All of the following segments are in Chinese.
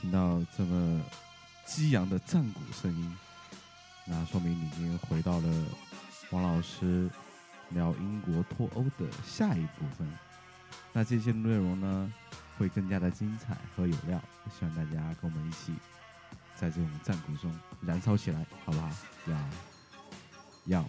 听到这么激昂的战鼓声音，那说明你已经回到了王老师聊英国脱欧的下一部分。那这些内容呢，会更加的精彩和有料，希望大家跟我们一起在这种战鼓中燃烧起来，好不好？要。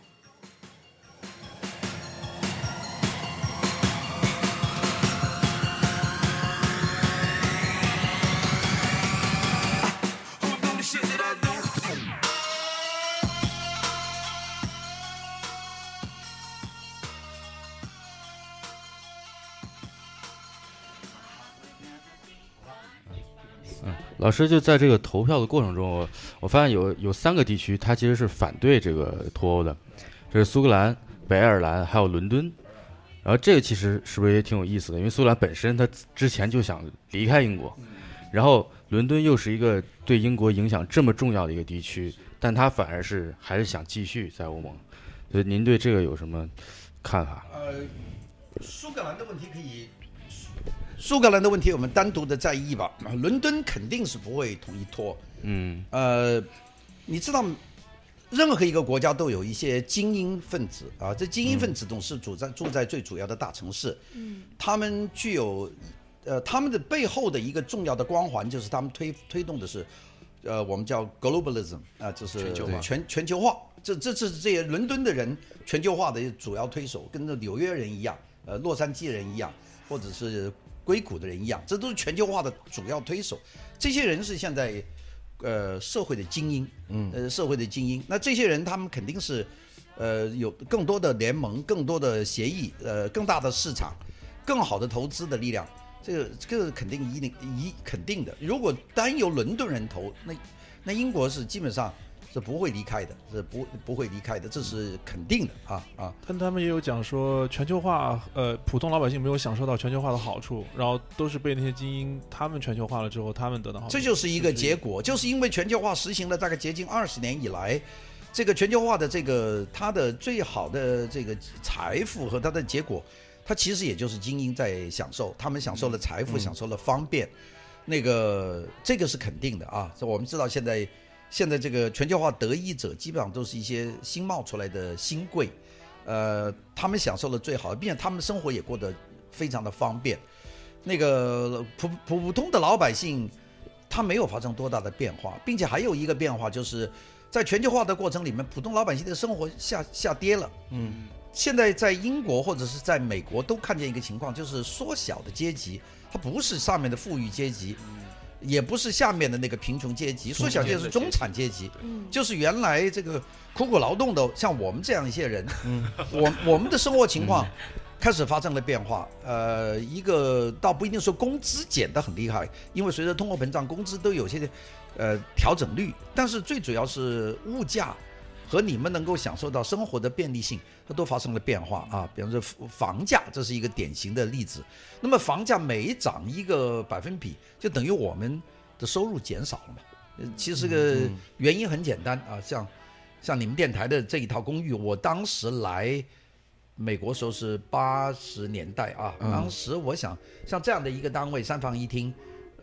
老师就在这个投票的过程中，我发现有3个地区，它其实是反对这个脱欧的，这是苏格兰、北爱尔兰还有伦敦。然后这个其实是不是也挺有意思的？因为苏格兰本身它之前就想离开英国，然后伦敦又是一个对英国影响这么重要的一个地区，但它反而还是想继续在欧盟。所以您对这个有什么看法？ 苏格兰的问题苏格兰的问题我们单独的在意吧。伦敦肯定是不会同意脱。你知道，任何一个国家都有一些精英分子啊，这精英分子总是住在最主要的大城市。他们具有他们的背后的一个重要的光环就是他们推动的是我们叫 globalism 啊，就是全球化。这是这些伦敦的人全球化的主要推手，跟纽约人一样，洛杉矶人一样，或者是硅谷的人一样，这都是全球化的主要推手。这些人是现在社会的精英，社会的精英。那这些人他们肯定是有更多的联盟、更多的协议、更大的市场、更好的投资的力量。这个肯定的。如果单由伦敦人投，那英国是基本上是不会离开的，是不会离开的，这是肯定的啊。 但他们也有讲说，全球化，普通老百姓没有享受到全球化的好处，然后都是被那些精英他们全球化了之后，他们得到好处。 这就是一个结果，就是因为全球化实行了大概接近20年以来，这个全球化的这个它的最好的这个财富和它的结果，它其实也就是精英在享受，他们享受了财富，享受了方便，这个是肯定的啊。我们知道现在这个全球化得益者基本上都是一些新冒出来的新贵，他们享受了最好的，并且他们生活也过得非常的方便。普通的老百姓，他没有发生多大的变化，并且还有一个变化就是在全球化的过程里面，普通老百姓的生活下跌了。现在在英国或者是在美国都看见一个情况，就是缩小的阶级，它不是上面的富裕阶级。也不是下面的那个贫穷阶级，缩小阶级是中产阶级，就是原来这个苦苦劳动的像我们这样一些人，我们的生活情况开始发生了变化。一个倒不一定说工资减得很厉害，因为随着通货膨胀，工资都有些调整率，但是最主要是物价和你们能够享受到生活的便利性，它都发生了变化啊。比方说房价，这是一个典型的例子。那么房价每涨1个百分比，就等于我们的收入减少了嘛。其实个原因很简单啊，像你们电台的这一套公寓，我当时来美国时候是80年代啊，当时我想像这样的一个单位，3房1厅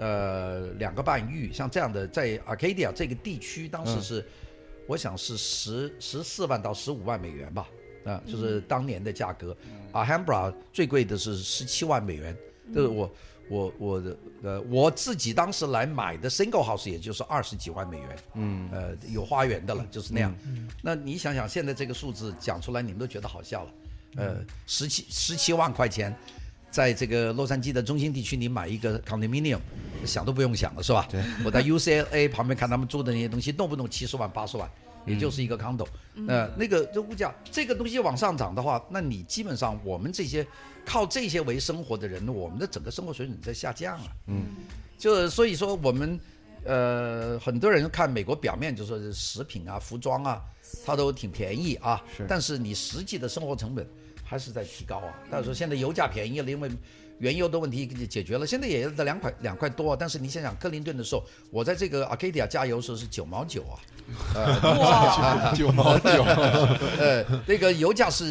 ，2个半浴，像这样的在 Arcadia 这个地区，当时是我想是14万到15万美元吧。就是当年的价格。Alhambra 最贵的是17万美元，这是我自己当时来买的 single house 也就是20几万美元，有花园的了，就是那样。那你想想现在这个数字讲出来，你们都觉得好笑了。17万块钱，在这个洛杉矶的中心地区，你买一个 condominium， 想都不用想了，是吧？我在 UCLA 旁边看他们住的那些东西，动不动70万、80万。也就是一个 condo，这物价这个东西往上涨的话，那你基本上我们这些靠这些为生活的人，我们的整个生活水准在下降了。就所以说我们很多人看美国表面就说食品啊、服装啊，它都挺便宜啊，但是你实际的生活成本还是在提高啊。但是说现在油价便宜了，因为原油的问题解决了，现在也是2块多，但是你想想克林顿的时候，我在这个 Arcadia 加油的时候是9毛9啊， 哇，9毛9， 那个油价是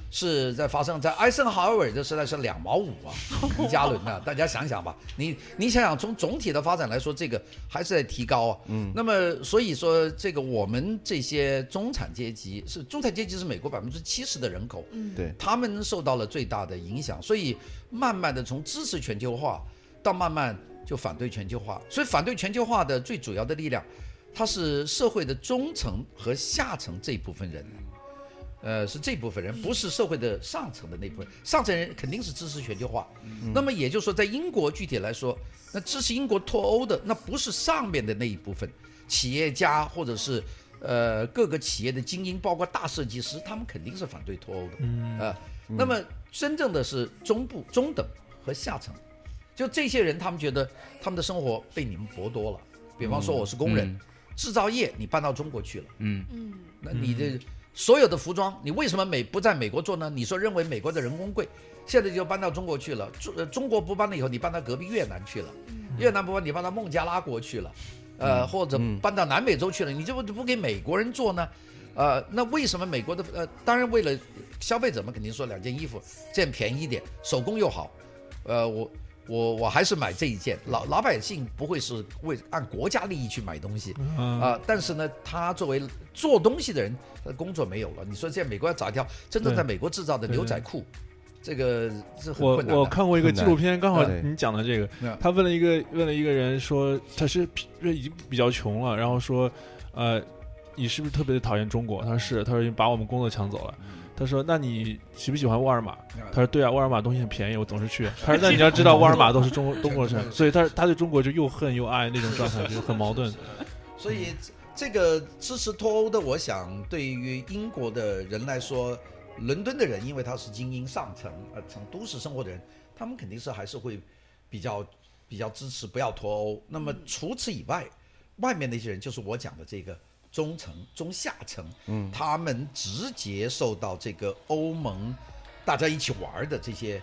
是在发生在艾森豪威尔的时代是2毛5啊，一加仑啊，大家想想吧，你想想从总体的发展来说，这个还是在提高啊。那么所以说这个我们这些中产阶级是美国70%的人口， 对， 他们受到了最大的影响，所以慢慢的从支持全球化到慢慢就反对全球化，所以反对全球化的最主要的力量，它是社会的中层和下层这一部分人。是这部分人，不是社会的上层的那部分。上层人肯定是支持全球化。那么也就是说，在英国具体来说，那支持英国脱欧的，那不是上面的那一部分企业家或者是各个企业的精英，包括大设计师，他们肯定是反对脱欧的。那么真正的是中部、中等和下层，就这些人，他们觉得他们的生活被你们剥夺了。比方说，我是工人，制造业你搬到中国去了，那你的所有的服装，你为什么不在美国做呢？你说认为美国的人工贵，现在就搬到中国去了。中国不搬了以后，你搬到隔壁越南去了，越南不搬，你搬到孟加拉国去了，或者搬到南美洲去了，你就不给美国人做呢？那为什么美国的当然为了消费者们肯定说2件衣服这样便宜一点，手工又好，我还是买这一件。老百姓不会是按国家利益去买东西但是呢，他作为做东西的人，他的工作没有了。你说现在美国要找一条真正在美国制造的牛仔裤，这个是很困难的。 我看过一个纪录片，刚好你讲的这个，他问了一个人说，他是已经比较穷了，然后说，你是不是特别的讨厌中国？他说是，他说已经把我们工作抢走了。他说：“那你喜不喜欢沃尔玛？”他说：“对啊，沃尔玛东西很便宜，我总是去。”他说：“那你要知道，沃尔玛都是中国人，所以他对中国就又恨又爱那种状态，就很矛盾。” 所以这个支持脱欧的，我想对于英国的人来说，伦敦的人，因为他是精英上层，从都市生活的人，他们肯定是还是会比较支持不要脱欧。那么除此以外，外面那些人就是我讲的这个。中层、中下层，他们直接受到这个欧盟大家一起玩的这些，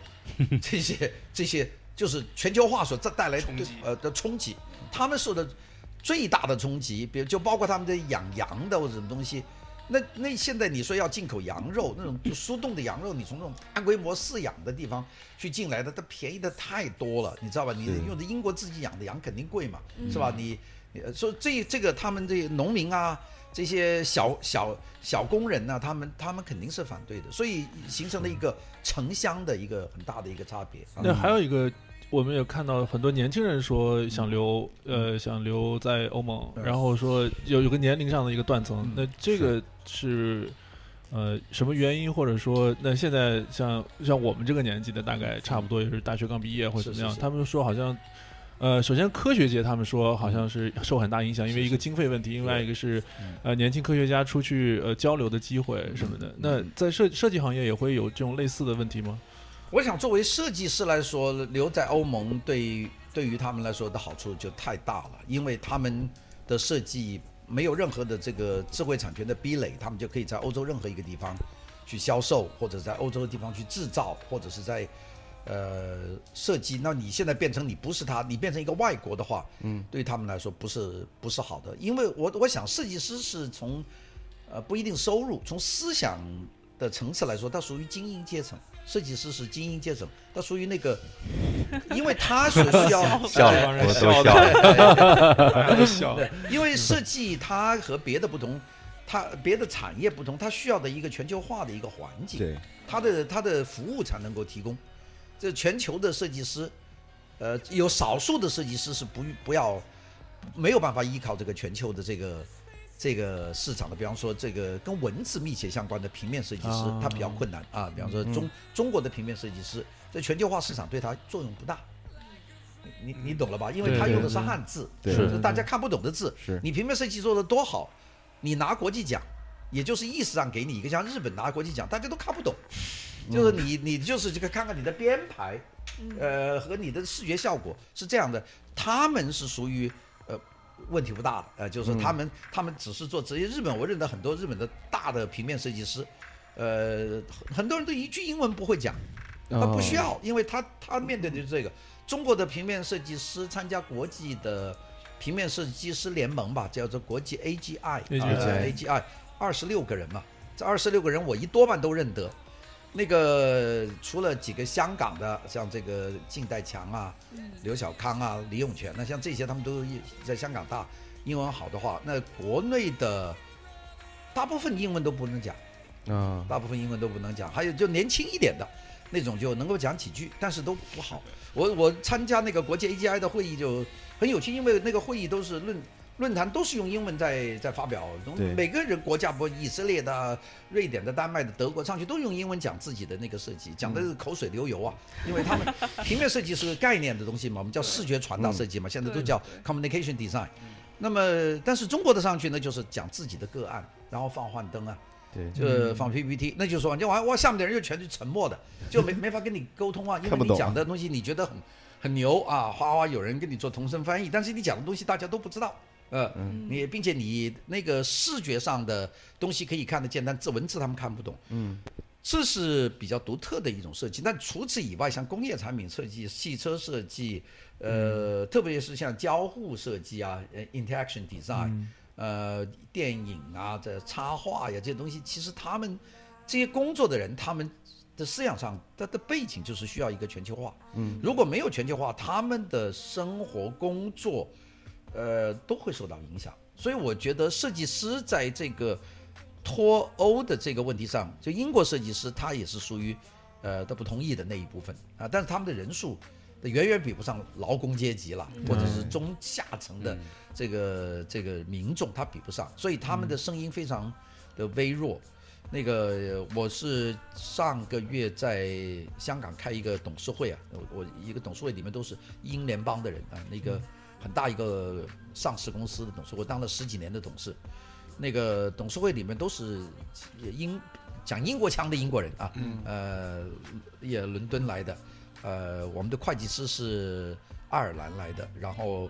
就是全球化所带来的冲击，他们受的最大的冲击，比如就包括他们的养羊的或者什么东西，那现在你说要进口羊肉，那种速冻的羊肉，你从那种大规模饲养的地方去进来的，它便宜的太多了，你知道吧？你用的英国自己养的羊肯定贵嘛，是吧？你。说这个他们这农民啊，这些小工人啊，他们肯定是反对的，所以形成了一个城乡的一个很大的一个差别。 那还有一个，我们也看到很多年轻人说想留在欧盟，然后说有个年龄上的一个断层。那这个是什么原因？或者说，那现在像我们这个年纪的，大概差不多也是大学刚毕业或者怎么样，他们说好像。首先科学界他们说好像是受很大影响，因为一个经费问题，另外一个是年轻科学家出去交流的机会什么的。那在设计行业也会有这种类似的问题吗？ 我想作为设计师来说，留在欧盟对于他们来说的好处就太大了，因为他们的设计没有任何的这个智慧产权的壁垒，他们就可以在欧洲任何一个地方去销售，或者在欧洲的地方去制造，或者是在设计。那你现在变成你不是他，你变成一个外国的话，对他们来说不是好的。因为我想设计师是从不一定收入，从思想的层次来说，他属于精英阶层。设计师是精英阶层，他属于那个，因为他所需要笑了，我都笑。 因为设计它和别的不同，它别的产业不同，它需要的一个全球化的一个环境， 对， 它的服务才能够提供。这全球的设计师，有少数的设计师是没有办法依靠这个全球的这个市场的，比方说这个跟文字密切相关的平面设计师，他比较困难啊。比方说中国的平面设计师，在全球化市场对他作用不大。你懂了吧？因为他用的是汉字，是大家看不懂的字。你平面设计做的多好，你拿国际奖，也就是意识上给你一个像日本拿国际奖，大家都看不懂。就是你就是这个看看你的编排，和你的视觉效果是这样的。他们是属于问题不大的，就是他们只是做职业。日本我认得很多日本的大的平面设计师，很多人都一句英文不会讲，他不需要，因为他面对的就是这个。中国的平面设计师参加国际的平面设计师联盟吧，叫做国际 AGI， 26个人嘛，这26个人我多半都认得。 那个除了几个香港的，像这个靳代强啊、刘小康啊、李永全，那像这些他们都在香港大，英文好的话，那国内的大部分英文都不能讲，大部分英文都不能讲，还有就年轻一点的那种就能够讲几句，但是都不好。我参加那个国际 AGI 的会议就很有趣，因为那个会议都是论坛都是用英文在发表，每个人国家不以色列的、瑞典的、丹麦的、德国上去都用英文讲自己的那个设计，讲的是口水流油啊，因为他们平面设计是个概念的东西嘛，我们叫视觉传达设计嘛，现在都叫 communication design。那么，但是中国的上去呢，就是讲自己的个案，然后放幻灯啊。 对， 就放 PPT，那就说就哇，下面的人就全是沉默的，就没法跟你沟通啊，因为你讲的东西你觉得很牛啊，哗有人跟你做同声翻译，但是你讲的东西大家都不知道，你并且你那个视觉上的东西可以看得见，但文字他们看不懂，这是比较独特的一种设计。但除此以外，像工业产品设计、汽车设计，特别是像交互设计啊，interaction design。电影啊，这插画呀，这些东西，其实他们这些工作的人，他们的思想上，他的背景就是需要一个全球化。如果没有全球化，他们的生活、工作，都会受到影响。所以我觉得设计师在这个脱欧的这个问题上，就英国设计师他也是属于都不同意的那一部分啊，但是他们的人数远远比不上劳工阶级了，或者是中下层的这个民众，他比不上，所以他们的声音非常的微弱。那个我是上个月在香港开一个董事会啊，我一个董事会里面都是英联邦的人啊，那个很大一个上市公司的董事会，当了10几年的董事，那个董事会里面都是讲英国腔的英国人啊，也伦敦来的。我们的会计师是爱尔兰来的，然后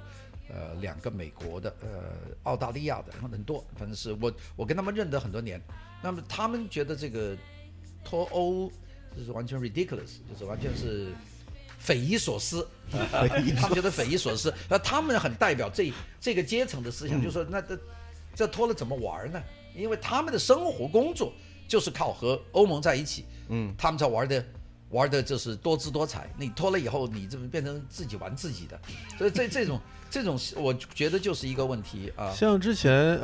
2个美国的，澳大利亚的，然后很多，反正是我跟他们认得很多年。那么他们觉得这个脱欧就是完全 ridiculous， 就是完全是匪夷所思，他们觉得匪夷所思。他们很代表这个阶层的思想，就是说那这脱了怎么玩呢？因为他们的生活工作就是靠和欧盟在一起，他们才玩的就是多姿多彩，你脱了以后，你这变成自己玩自己的，所以这种，我觉得就是一个问题啊。 像之前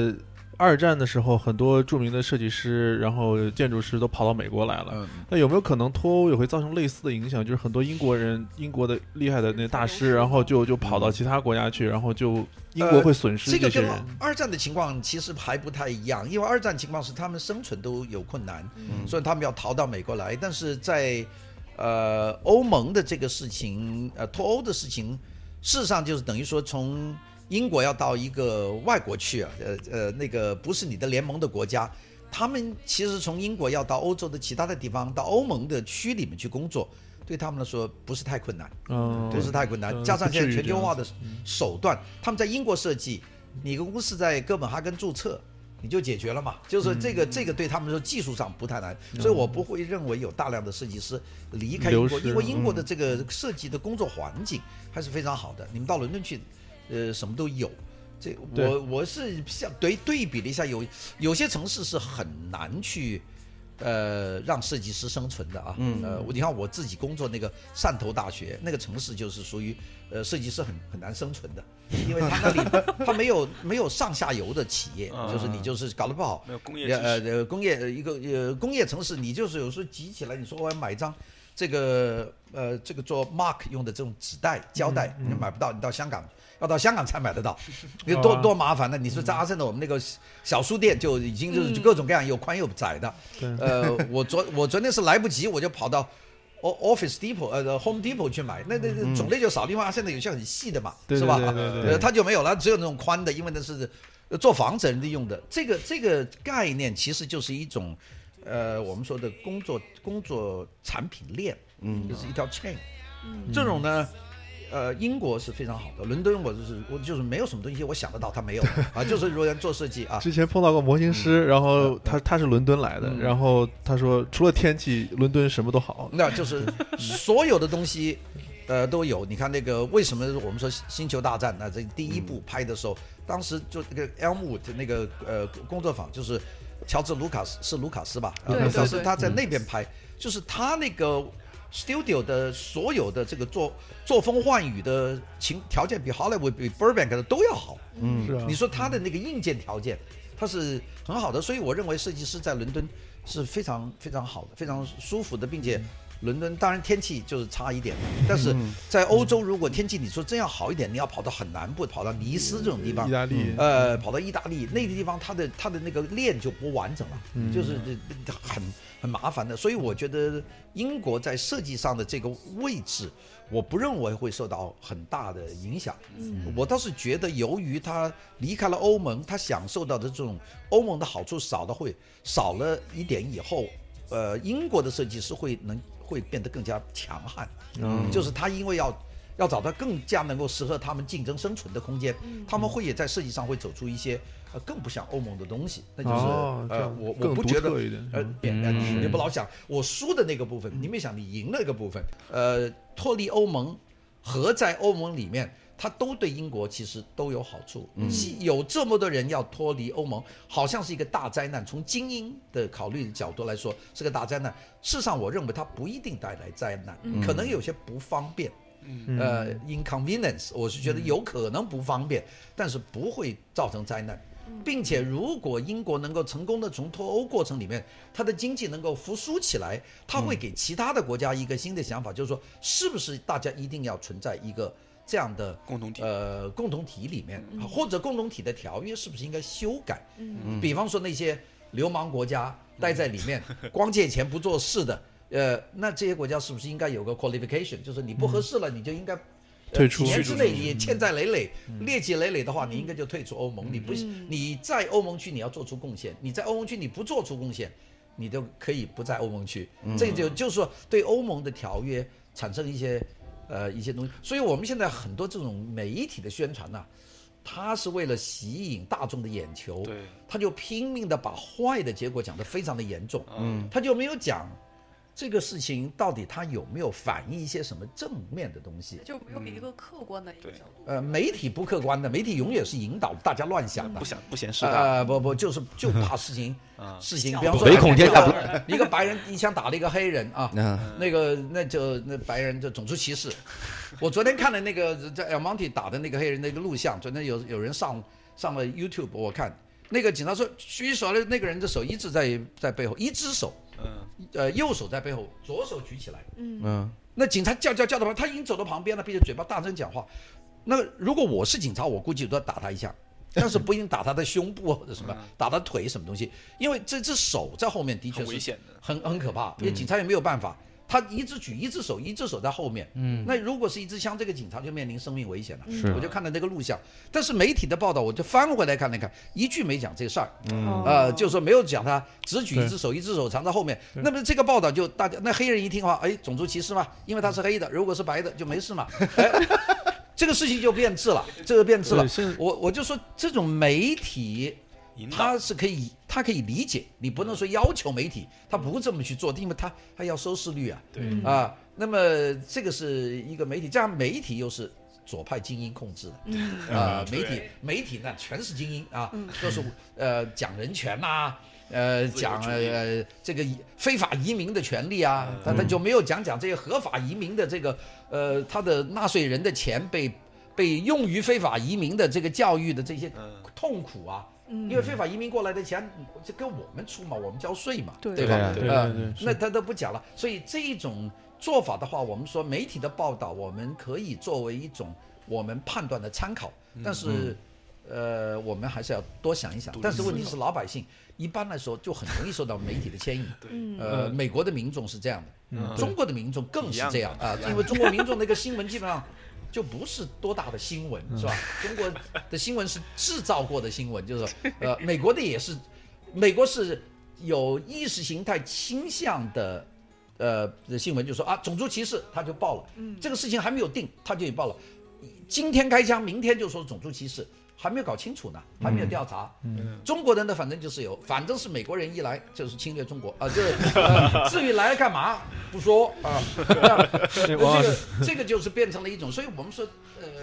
2战的时候，很多著名的设计师，然后建筑师都跑到美国来了。那有没有可能脱欧也会造成类似的影响？就是很多英国的厉害的那大师，然后就跑到其他国家去，然后就英国会损失这些人。 这个跟2战的情况其实还不太一样，因为2战情况是他们生存都有困难，所以他们要逃到美国来。但是在欧盟的这个事情，脱欧的事情，事实上就是等于说从英国要到一个外国去啊，那个不是你的联盟的国家，他们其实从英国要到欧洲的其他的地方，到欧盟的区里面去工作，对他们来说不是太困难，不是太困难。加上现在全球化的手段，他们在英国设计，你一个公司在哥本哈根注册，你就解决了嘛。就是这个对他们说技术上不太难，所以我不会认为有大量的设计师离开英国，因为英国的这个设计的工作环境还是非常好的。你们到伦敦去。什么都有，我是对比了一下，有些城市是很难去让设计师生存的啊。你看我自己工作那个汕头大学那个城市，就是属于设计师很难生存的，因为他那里他没有上下游的企业，就是你就是搞得不好， 没有工业工业一个工业城市，你就是有时候集起来，你说我要买一张这个做 mark 用的这种纸袋胶带，你买不到，你到香港。要到香港才买得到，你多麻烦呢！你说在阿森的我们那个小书店就已经就是各种各样有宽有窄的。我昨天是来不及，我就跑到 Office Depot Home Depot 去买，那种类就少。另外现在有些很细的嘛，是吧？它就没有了，只有那种宽的，因为那是做房子人的用的。这个概念其实就是一种我们说的工作产品链，就是一条 chain。这种呢。英国是非常好的，伦敦我就是没有什么东西我想得到他没有啊，就是如果做设计啊。 之前碰到过模型师，然后他是伦敦来的，然后他说除了天气，伦敦什么都好。 那就是所有的东西都有。你看那个为什么我们说星球大战，那这第一部拍的时候，当时就那个 Elmwood 那个工作坊就是乔治卢卡斯是卢卡斯吧？ 对卢卡斯对对他在那边拍，就是他那个 studio 的所有的这个作风换语的条件比好莱坞比 Burbank 的都要好。 是啊， 你说他的那个硬件条件，它是很好的，所以我认为设计师在伦敦是非常非常好的，非常舒服的，并且伦敦当然天气就是差一点，但是在欧洲如果天气你说真要好一点，你要跑到很南部，跑到尼斯这种地方， 意大利， 跑到意大利那个地方，它的那个链就不完整了，就是很麻烦的。所以我觉得英国在设计上的这个位置，我不认为会受到很大的影响。我倒是觉得，由于他离开了欧盟，他享受到的这种欧盟的好处少了一点以后，英国的设计师会变得更加强悍。就是他因为要找到更加能够适合他们竞争生存的空间，他们也在设计上会走出一些更不像欧盟的东西，那就是我不觉得你不老想我输的那个部分，你没想你赢的那个部分，脱离欧盟和在欧盟里面，它都对英国其实都有好处。有这么多人要脱离欧盟，好像是一个大灾难。从精英的考虑的角度来说，是个大灾难。事实上，我认为它不一定带来灾难，可能有些不方便。inconvenience， 我是觉得有可能不方便，但是不会造成灾难。并且，如果英国能够成功的从脱欧过程里面，它的经济能够复苏起来，它会给其他的国家一个新的想法，就是说，是不是大家一定要存在一个这样的共同体， 共同体里面，或者共同体的条约是不是应该修改？比方说那些流氓国家待在里面，光借钱不做事的。那这些国家是不是应该有个 qualification， 就是你不合适了，你就应该退出， 几年之内你欠债累累、劣迹累累的话，你应该就退出欧盟。你在欧盟区你要做出贡献，你在欧盟区你不做出贡献，你都可以不在欧盟区。这就是说对欧盟的条约产生一些东西。所以我们现在很多这种媒体的宣传呢，它是为了吸引大众的眼球，他就拼命的把坏的结果讲得非常的严重，他就没有讲这个事情到底它有没有反映一些什么正面的东西？ 就没有一个客观的一个角度。 媒体不客观的，媒体永远是引导大家乱想的， 不显示的。 就怕事情，比方说唯恐天下不乱，一个白人一枪打了一个黑人啊，那白人就种族歧视。我昨天看了那个在 El Monte 打的那个黑人那个录像，昨天有人上了 YouTube， 我看那个警察说举手了，那个人的手一直在背后，一只手。右手在背后，左手举起来。那警察叫到旁，他已经走到旁边了，并且嘴巴大声讲话。那如果我是警察，我估计都要打他一下，但是不一定打他的胸部或者什么，打他腿什么东西，因为这只手在后面的确是危险的， 很可怕，因为警察也没有办法。他一直举一只手在后面，那如果是一支枪，这个警察就面临生命危险了。我就看了那个录像，但是媒体的报道我就翻回来看了看，一句没讲这个事儿，就说没有讲他只举一只手藏在后面。那么这个报道就大家那黑人一听话，种族歧视嘛，因为他是黑的，如果是白的就没事嘛，这个事情就变质了，我就说这种媒体。他可以理解，你不能说要求媒体他不这么去做，因为他要收视率啊。那么这个是一个媒体，这样媒体又是左派精英控制的，媒体呢全是精英啊，都是讲人权呐，讲这个非法移民的权利啊，他就没有讲这些合法移民的这个他的纳税人的钱被用于非法移民的这个教育的这些痛苦啊。因为非法移民过来的钱，这跟我们出嘛，我们交税嘛，对吧？那他都不讲了。所以这种做法的话，我们说媒体的报道，我们可以作为一种我们判断的参考，但是我们还是要多想一想。但是问题是，老百姓一般来说就很容易受到媒体的牵引。美国的民众是这样的，中国的民众更是这样啊，因为中国民众那个新闻基本上。就不是多大的新闻，是吧？中国的新闻是制造过的新闻，就是美国的也是，美国是有意识形态倾向的新闻，就说种族歧视，他就报了，这个事情还没有定，他就也报了，今天开枪，明天就说种族歧视。还没有搞清楚呢，还没有调查。中国人呢，反正就是反正是美国人一来就是侵略中国啊，至于来干嘛不说啊。这个就是变成了一种，所以我们说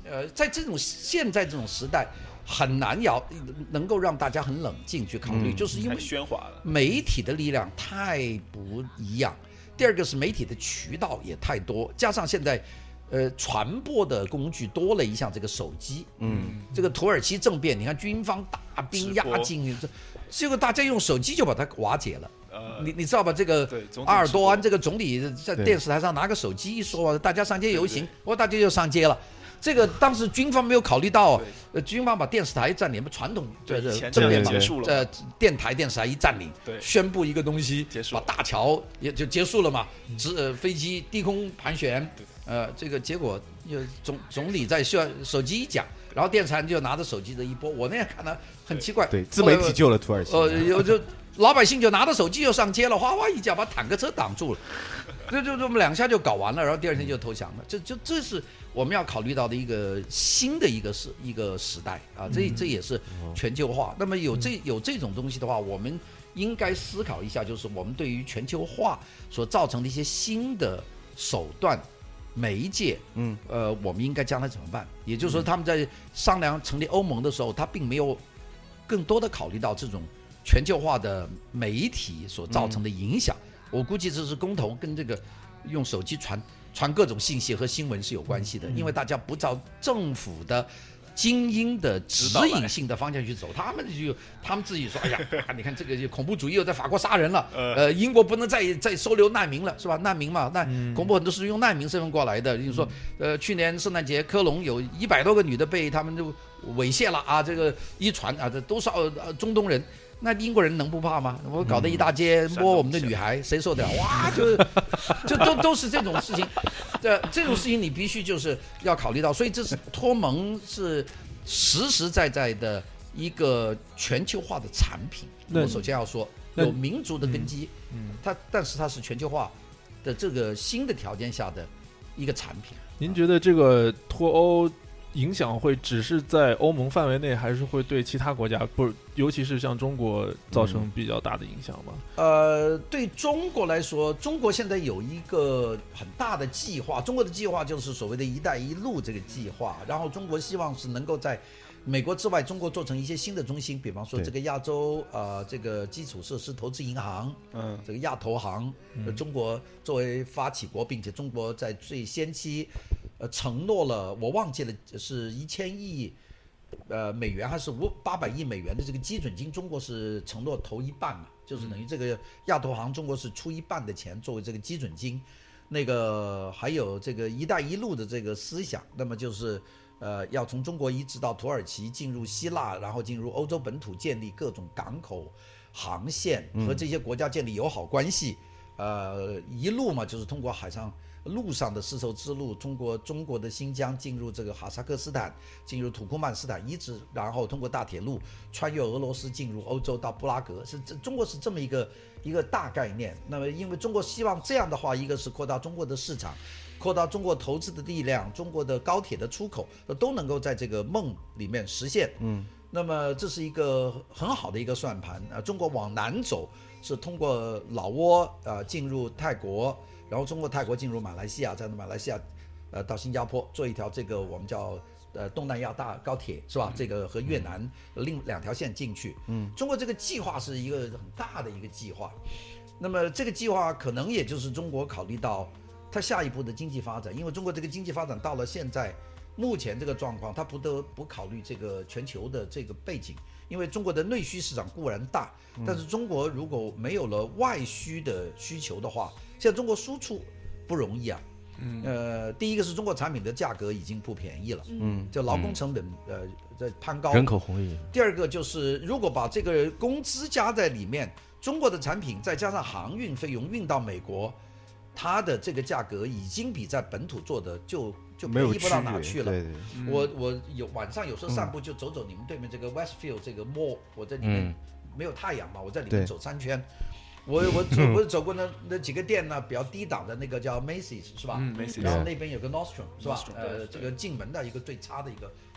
在现在这种时代，很难能够让大家很冷静去考虑，就是因为喧哗了， 媒体的力量太不一样。第二个是媒体的渠道也太多，加上现在传播的工具多了一项这个手机，这个土耳其政变，你看军方大兵压境，结果大家用手机就把它瓦解了。你知道吧？这个阿尔多安这个总理在电视台上拿个手机一说，大家上街游行，大家就上街了。这个当时军方没有考虑到，军方把电视台占领，传统政变结束了， 电视台一占领，宣布一个东西，把大桥也就结束了嘛，飞机低空盘旋，这个结果总理在手机一讲，然后电视台就拿着手机的一播，我那样看了很奇怪， 对，自媒体救了土耳其， 就老百姓就拿着手机就上街了，哗哗一脚把坦克车挡住了，就这么2下就搞完了，然后第二天就投降了，这是我们要考虑到的一个新的一个时代啊，这也是全球化。那么有这种东西的话，我们应该思考一下，就是我们对于全球化所造成的一些新的手段、媒介，我们应该将来怎么办？也就是说，他们在商量成立欧盟的时候，他并没有更多的考虑到这种全球化的媒体所造成的影响。我估计这是公投跟这个用手机传各种信息和新闻是有关系的，因为大家不照政府的精英的指引性的方向去走，他们自己说，哎呀，你看这个恐怖主义又在法国杀人了，英国不能再收留难民了，是吧？难民嘛，那恐怖很多是用难民身份过来的。就是说，去年圣诞节科隆有100多个女的被他们就猥亵了啊，这个一传啊，这都是中东人。那英国人能不怕吗？我搞得一大街摸我们的女孩，谁受得了？哇，就都是这种事情，这种事情你必须就是要考虑到，所以这是脱盟是实实在在的一个全球化的产品。我首先要说，有民族的根基，但是它是全球化的这个新的条件下的一个产品。 您觉得这个脱欧影响会只是在欧盟范围内，还是会对其他国家，尤其是像中国造成比较大的影响吗？ 对中国来说，中国现在有一个很大的计划，中国的计划就是所谓的一带一路这个计划，然后中国希望是能够在美国之外，中国做成一些新的中心，比方说这个亚洲这个基础设施投资银行，这个亚投行，中国作为发起国，并且中国在最先期承诺了，我忘记了是1000亿美元还是800亿美元的这个基准金，中国是承诺投一半嘛，就是等于这个亚投行中国是出一半的钱作为这个基准金。那个还有这个一带一路的这个思想，那么就是要从中国一直到土耳其，进入希腊，然后进入欧洲本土，建立各种港口航线，和这些国家建立友好关系。一路嘛，就是通过陆上的丝绸之路，中国的新疆进入这个哈萨克斯坦，进入土库曼斯坦，一直然后通过大铁路穿越俄罗斯进入欧洲到布拉格，中国是这么一个大概念。那么因为中国希望这样的话，一个是扩大中国的市场，扩大中国投资的力量，中国的高铁的出口都能够在这个梦里面实现。那么这是一个很好的一个算盘。中国往南走是通过老挝进入泰国，然后通过泰国进入马来西亚，再从马来西亚到新加坡，做一条这个我们叫东南亚大高铁，是吧？这个和越南另2条线进去。中国这个计划是一个很大的一个计划。那么这个计划可能也就是中国考虑到它下一步的经济发展，因为中国这个经济发展到了现在目前这个状况，它不得不考虑这个全球的这个背景。因为中国的内需市场固然大，但是中国如果没有了外需的需求的话，现在中国输出不容易啊。第一个是中国产品的价格已经不便宜了，就劳工成本在攀高， 人口红利。 第二个就是如果把这个工资加在里面，中国的产品再加上航运费用运到美国，它的这个价格已经比在本土做的就便宜不到哪去了。 对， 我晚上有时候散步就走你们对面这个 Westfield 这个 mall， 我在里面没有太阳嘛，我在里面走3圈。我走过那几个店呢，比较低档的那个叫 Macy's 是吧？Macy's， 然后那边有个 Nordstrom 是吧？这个进门的一个最差的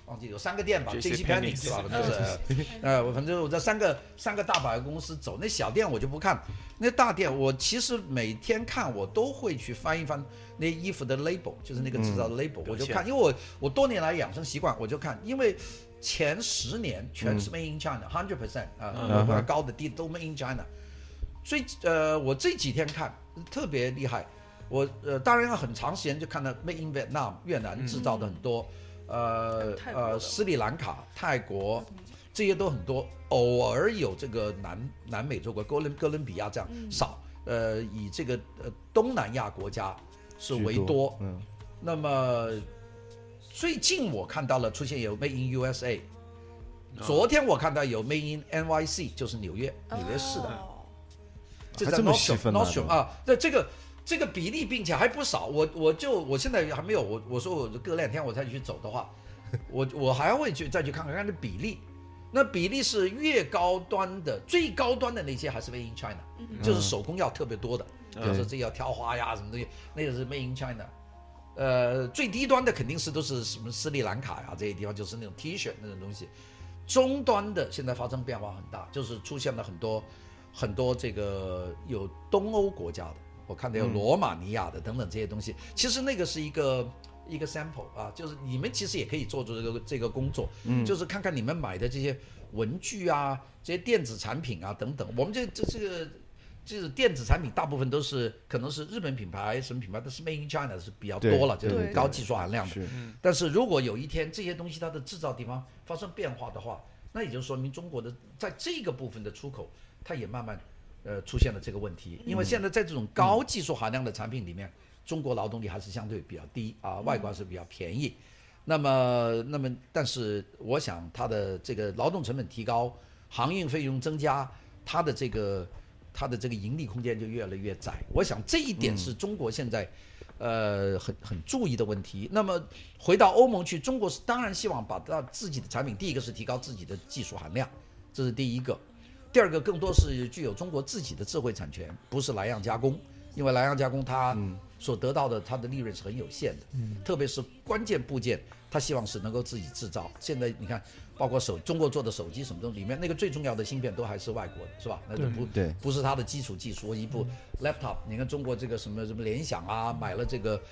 忘记有3个店吧 ，JCPenney 是吧？反正我这三个大百货公司走，那小店我就不看，那大店我其实每天看我都会去翻一翻那衣服的 label， 就是那个制造的 label，我就看，因为我多年来养成习惯，我就看，因为前10年全是 made in China，100% 不管高的低都 made in China。所以我这几天看特别厉害，我当然很长时间就看到 made in Vietnam 越南制造的很多。斯里兰卡、泰国这些都很多，偶尔有这个南美洲国哥伦比亚这样少，以这个东南亚国家是为多。那么最近我看到了出现有 Made in USA，昨天我看到有 Made in NYC， 就是纽约市的， 这这么细分啊，这个比例，并且还不少。我现在还没有，我说我隔2天我再去走的话，我还会再去看看那比例。那比例是越高端的，最高端的那些还是 Made in China，就是手工要特别多的，比如说这要挑花呀什么东西，那个是 Made in China。最低端的肯定是都是什么斯里兰卡呀这些地方，就是那种 T 恤那种东西。中端的现在发生变化很大，就是出现了很多这个有东欧国家的。我看到有罗马尼亚的等等这些东西，其实那个是一个 sample 啊，就是你们其实也可以做这个工作，就是看看你们买的这些文具啊，这些电子产品啊等等，我们这个就是电子产品大部分都是可能是日本品牌什么品牌，但是 Made in China 是比较多了，就是高技术含量的。但是如果有一天这些东西它的制造地方发生变化的话，那也就说明中国的在这个部分的出口，它也慢慢。出现了这个问题，因为现在在这种高技术含量的产品里面，中国劳动力还是相对比较低啊，外国是比较便宜。那么，但是我想它的这个劳动成本提高，航运费用增加，它的这个盈利空间就越来越窄。我想这一点是中国现在很注意的问题。那么回到欧盟去，中国是当然希望把它自己的产品，第一个是提高自己的技术含量，这是第一个。第二个更多是具有中国自己的智慧产权，不是来样加工，因为来样加工它所得到的它的利润是很有限的，特别是关键部件，它希望是能够自己制造。现在你看，包括中国做的手机什么东西，里面那个最重要的芯片都还是外国的，是吧？那就不是它的基础技术。一部 laptop， 你看中国这个什么联想啊，买了这个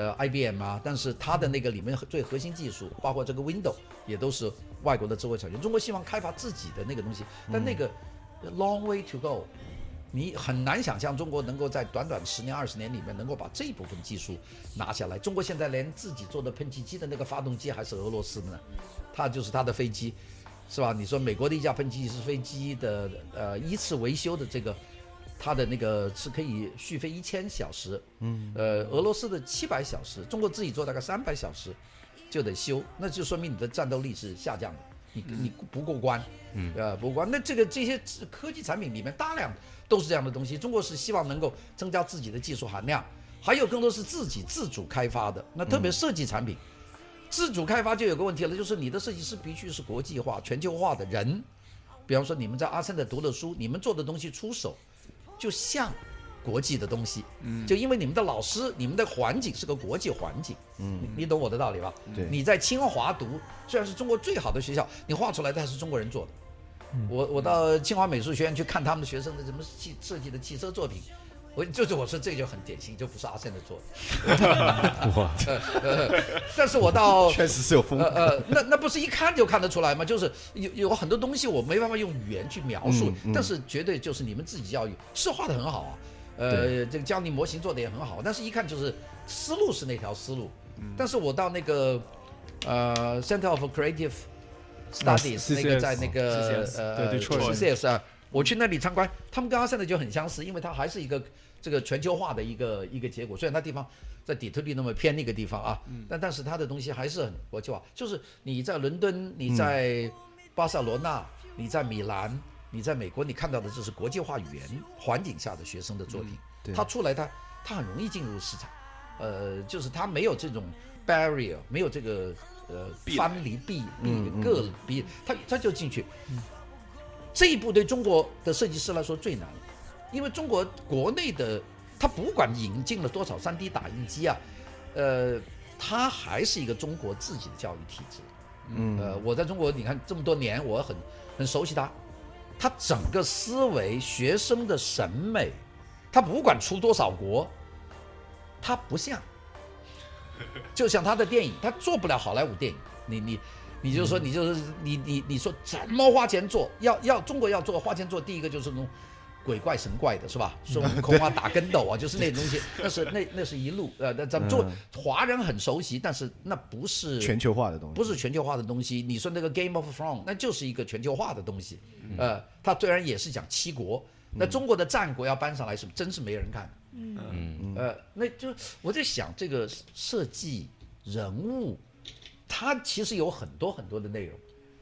IBM 啊，但是它的那个里面最核心技术，包括这个 Windows 也都是外国的智慧产权。中国希望开发自己的那个东西，但那个long way to go， 你很难想象中国能够在短10年20年里面能够把这一部分技术拿下来。中国现在连自己做的喷气机的那个发动机还是俄罗斯的呢，它就是它的飞机，是吧？你说美国的一架喷气机是飞机的依次维修的这个，它的那个是可以续飞1000小时，俄罗斯的700小时，中国自己做大概300小时就得修，那就说明你的战斗力是下降的。你不过关，不过关。那这些科技产品里面大量都是这样的东西。中国是希望能够增加自己的技术含量，还有更多是自主开发的。那特别设计产品，自主开发就有个问题了，就是你的设计师必须是国际化、全球化的人。比方说你们在阿森的读的书，你们做的东西出手就像国际的东西，就因为你们的老师、你们的环境是个国际环境，你懂我的道理吧？你在清华读，虽然是中国最好的学校，你画出来的还是中国人做的。我到清华美术学院去看他们的学生的什么设计的汽车作品，我说这就很典型，就不是阿森的做的。哇！但是我到确实是有风格。 那不是一看就看得出来吗？就是有很多东西我没办法用语言去描述，但是绝对就是你们自己教育是画得很好啊。这个教你模型做的也很好，但是一看就是思路是那条思路。但是我到那个Center of Creative Studies 那个在那个CCS 啊，我去那里参观，他们跟阿森的就很相似，因为它还是一个这个全球化的一个结果。虽然它地方在底特律那么偏那个地方啊，但是它的东西还是很国际化。就是你在伦敦，你在巴塞罗那，你在米兰。你在美国，你看到的这是国际化语言环境下的学生的作品，他出来他很容易进入市场，就是他没有这种 barrier， 没有这个藩篱壁他就进去。这一步对中国的设计师来说最难，因为中国国内的他不管引进了多少 3D 打印机啊，他还是一个中国自己的教育体制。 我在中国你看这么多年，我很熟悉他，他整个思维、学生的审美，他不管出多少国，他不像，就像他的电影，他做不了好莱坞电影，你就说你说怎么花钱做？要中国要做花钱做，第一个就是那种鬼怪神怪的是吧？孙悟空啊，打跟斗啊，就是那东西，那是一路咱们做华人很熟悉，但是那不是全球化的东西， 不是全球化的东西。你说那个 Game of Thrones， 那就是一个全球化的东西。它虽然也是讲7国，那中国的战国要搬上来是真是没人看。那就我在想这个设计人物，它其实有很多很多的内容。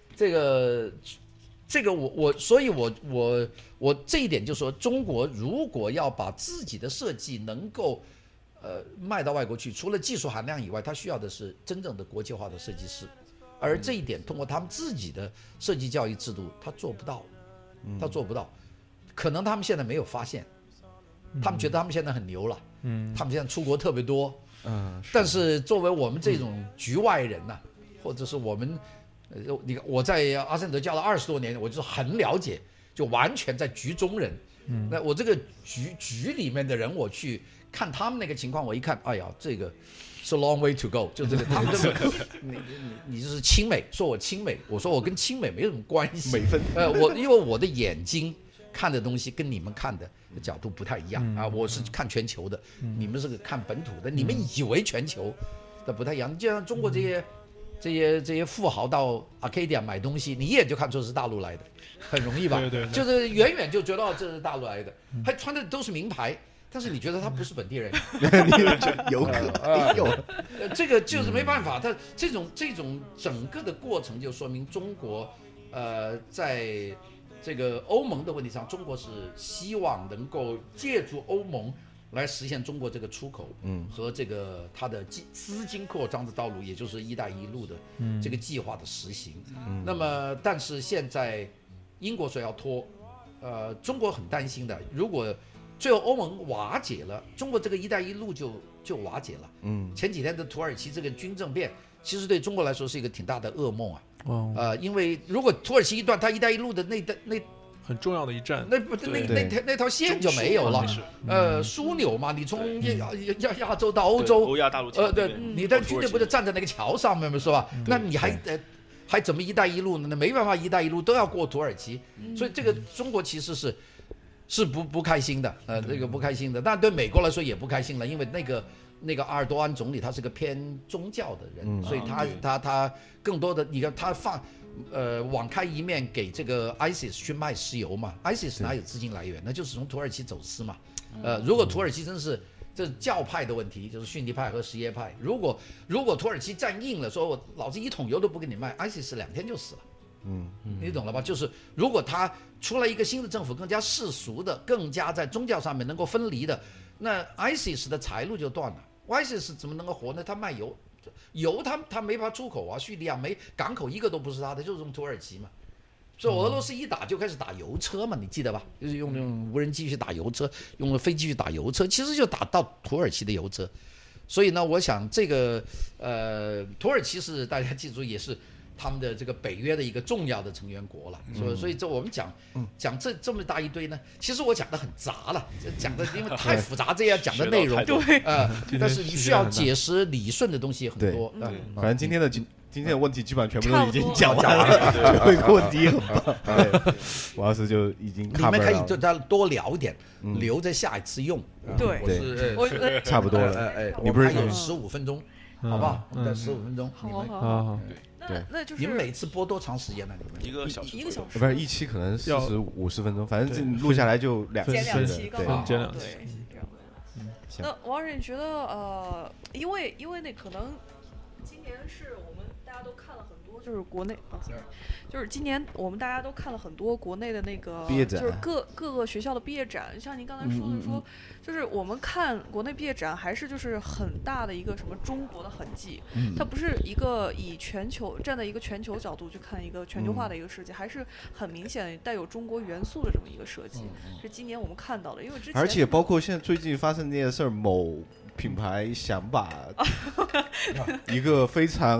这个所以我这一点就说，中国如果要把自己的设计能够卖到外国去，除了技术含量以外，它需要的是真正的国际化的设计师，而这一点通过他们自己的设计教育制度，他做不到，可能他们现在没有发现，他们觉得他们现在很牛了，他们现在出国特别多，但是作为我们这种局外人呐，或者是我们。你看我在阿森德教了20多年，我就很了解，就完全在局中人。那我这个局里面的人，我去看他们那个情况，我一看，哎呀，这个是 long way to go， 就这个他们这个你就是亲美，说我亲美，我说我跟亲美没什么关系， 美分。 因为我的眼睛看的东西跟你们看的角度不太一样啊，我是看全球的，你们是看本土的，你们以为全球的不太一样，就像中国这些富豪到 Arcadia 买东西，你一眼就看出是大陆来的，很容易吧？ 对， 就是远远就觉得这是大陆来的，还穿的都是名牌，但是你觉得他不是本地人， 有可能这个就是没办法，他这种整个的过程就说明中国在这个欧盟的问题上，中国是希望能够借助欧盟来实现中国这个出口，和这个它的资金扩张的道路，也就是“一带一路”的这个计划的实行。那么，但是现在英国说要拖，中国很担心的，如果最后欧盟瓦解了，中国这个“一带一路”就瓦解了。前几天的土耳其这个军政变，其实对中国来说是一个挺大的噩梦啊。因为如果土耳其一断，它“一带一路”的那很重要的一站， 那条线就没有了。枢纽嘛，你从亚洲到欧洲， 欧亚大陆， 对，你在军队不是站在那个桥上面吗？是吧？那你还怎么“一带一路”呢？那没办法，“一带一路”都要过土耳其，所以这个中国其实是不开心的，这个不开心的。但对美国来说也不开心了，因为那个阿尔多安总理他是个偏宗教的人，所以他更多的，你看他网开一面给这个 ISIS 去卖石油嘛 ，ISIS 哪有资金来源？那就是从土耳其走私嘛。如果土耳其真是这教派的问题，就是逊尼派和什叶派，如果土耳其站硬了，说我老子1桶油都不给你卖 ，ISIS 2天就死了。你懂了吧？就是如果他出来一个新的政府，更加世俗的，更加在宗教上面能够分离的，那 ISIS 的财路就断了。ISIS 怎么能够活呢？他卖油他没法出口啊，叙利亚没港口一个都不是他的，就是用土耳其嘛。所以俄罗斯一打就开始打油车嘛，你记得吧？就是用那种无人机去打油车，用飞机去打油车，其实就打到土耳其的油车。所以呢，我想这个土耳其是大家记住也是他们的这个北约的一个重要的成员国了，所以这我们讲这么大一堆呢，其实我讲的很杂了，讲的因为太复杂，这样讲的内容但是你需要解释理顺的东西很多。 反正今天的问题基本上全部都已经讲完了，最后一个问题很棒，王老师就已经你们可以再多聊一点，留着下一次用。 对， 差不多了。 你不是有15分钟，好不好？我们再15分钟， 好。那就是你们每次播多长时间呢？你们 1个小时， 不是一期可能40-50分钟，反正录下来就剪2期， 剪2期。 对，这样的。那王老师，你觉得因为那可能今年是我们大家都看了很多，就是国内就是今年我们大家都看了很多国内的那个毕业展， 就是各个学校的毕业展。像您刚才说的就是我们看国内毕业展，还是就是很大的一个什么中国的痕迹。它不是一个站在一个全球角度去看一个全球化的一个设计，还是很明显带有中国元素的这么一个设计。是今年我们看到的，因为之前而且包括现在最近发生这件事儿，某品牌想把一个非常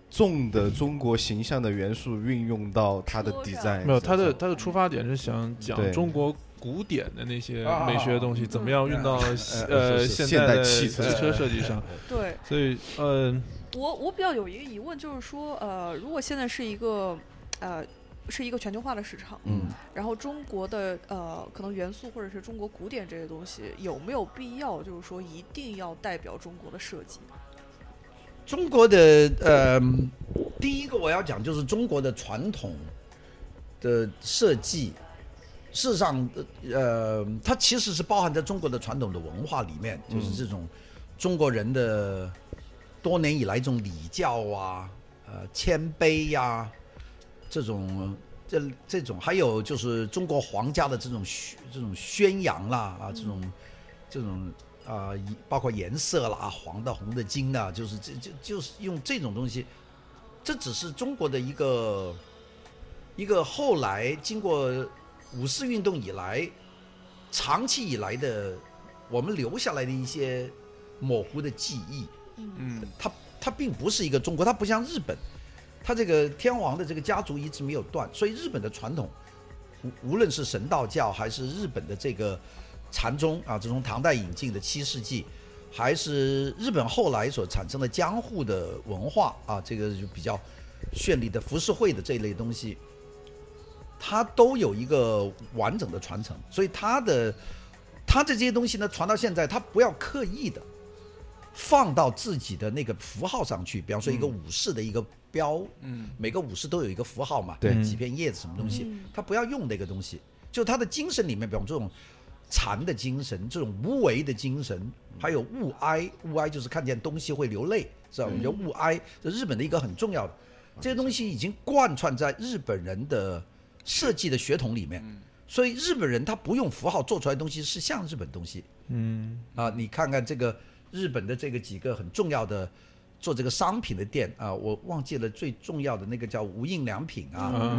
重的中国形象的元素运用到它的车上 design。 没有，他的出发点是想对讲中国古典的那些美学的东西，怎么嗯样运到现现代的汽车车设计上。 对， 所以我比较有一个疑问，就是说如果现在是一个全球化的市场，然后中国的可能元素或者是中国古典这些东西，有没有必要就是说一定要代表中国的设计？ 中国的第一个我要讲就是中国的传统的设计，事实上它其实是包含在中国的传统的文化里面，就是这种中国人的多年以来这种礼教啊，谦卑呀，这种还有就是中国皇家的这种宣扬啦这种包括颜色啦，黄的、红的、金的，就是用这种东西，这只是中国的一个后来经过5·4运动以来，长期以来的我们留下来的一些模糊的记忆。它并不是一个中国，它不像日本，它这个天皇的这个家族一直没有断，所以日本的传统，无论是神道教还是日本的这个禅宗啊，这从唐代引进的7世纪，还是日本后来所产生的江户的文化啊，这个就比较绚丽的浮世绘的这一类东西，它都有一个完整的传承，所以它的这些东西呢，传到现在，它不要刻意的放到自己的那个符号上去，比方说一个武士的一个标，每个武士都有一个符号嘛， 对， 几片叶子什么东西，他不要用那个东西，就他的精神里面，比方这种禅的精神，这种无为的精神，还有物哀，物哀就是看见东西会流泪，是吧？我们叫物哀，这日本的一个很重要的，这些东西已经贯穿在日本人的设计的血统里面，所以日本人他不用符号做出来的东西是像日本东西，你看看这个日本的这个几个很重要的做这个商品的店啊，我忘记了最重要的那个叫无印良品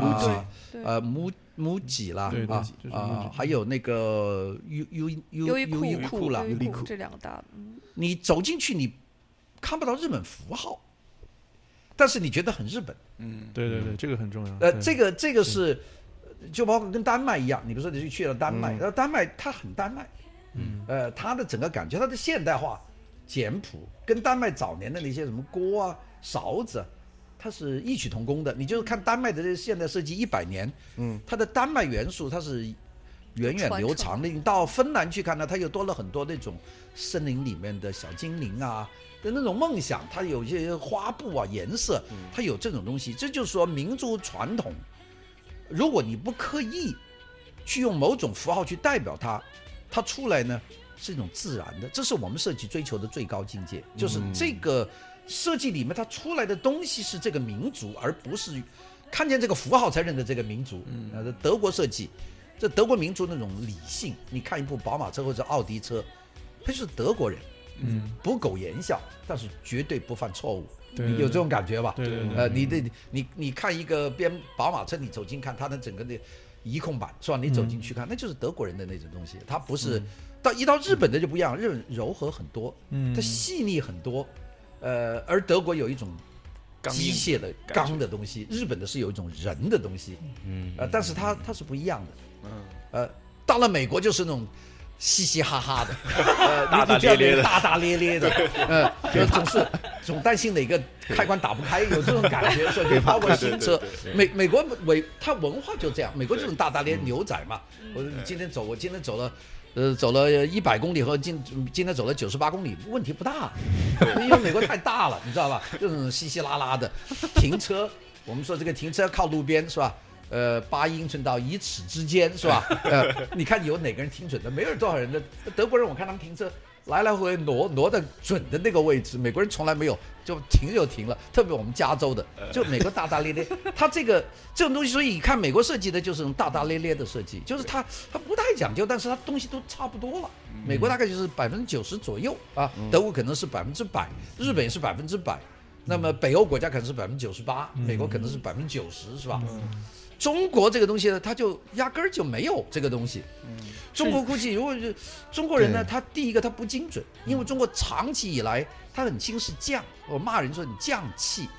母几啦还有那个优衣库啦， 优衣库这两个大的， 你走进去你看不到日本符号，但是你觉得很日本。 对，这个很重要。 这个是就包括跟丹麦一样，你比如说你去了丹麦，丹麦它很丹麦，它的整个感觉，它的现代化简朴，跟丹麦早年的那些什么锅啊、勺子，它是异曲同工的。你就是看丹麦的这现代设计100年，它的丹麦元素它是源远流长的。你到芬兰去看呢，它又多了很多那种森林里面的小精灵啊的那种梦想，它有一些花布啊、颜色，它有这种东西。这就是说，民族传统，如果你不刻意去用某种符号去代表它，它出来呢是一种自然的，这是我们设计追求的最高境界，就是这个设计里面它出来的东西是这个民族，而不是看见这个符号才认得这个民族。德国设计，这德国民族那种理性，你看一部宝马车或者奥迪车，他就是德国人，不苟言笑，但是绝对不犯错误。你有这种感觉吧？ 对， 你看一个宝马车，你走近看它的整个的仪控板是吧？你走进去看，那就是德国人的那种东西，它不是。一到日本的就不一样，日本柔和很多，它细腻很多，而德国有一种机械的刚的东西，日本的是有一种人的东西，但是它是不一样的，到了美国就是那种嘻嘻哈哈的，大大咧咧的，就总担心哪个开关打不开，有这种感觉，所以包括新车，美国它文化就这样，美国这种大大咧牛仔嘛，我今天走了。走了100公里和今天走了98公里，问题不大，因为美国太大了，你知道吧？就是稀稀拉拉的停车，我们说这个停车靠路边是吧？8英寸到1尺之间是吧？你看有哪个人停准的？没有多少人的。德国人我看他们停车来来回挪的准的那个位置，美国人从来没有，就停就停了。特别我们加州的，就美国大大咧咧，他这种东西，所以你看美国设计的就是那种大大咧咧的设计，就是它不太讲究，但是它东西都差不多了。美国大概就是90%左右啊，德国可能是100%，日本也是100%，那么北欧国家可能是98%，美国可能是90%，是吧？中国这个东西呢，它就压根儿就没有这个东西。中国估计，如果是中国人呢，他第一个他不精准，因为中国长期以来他很轻视匠，我骂人说你匠气，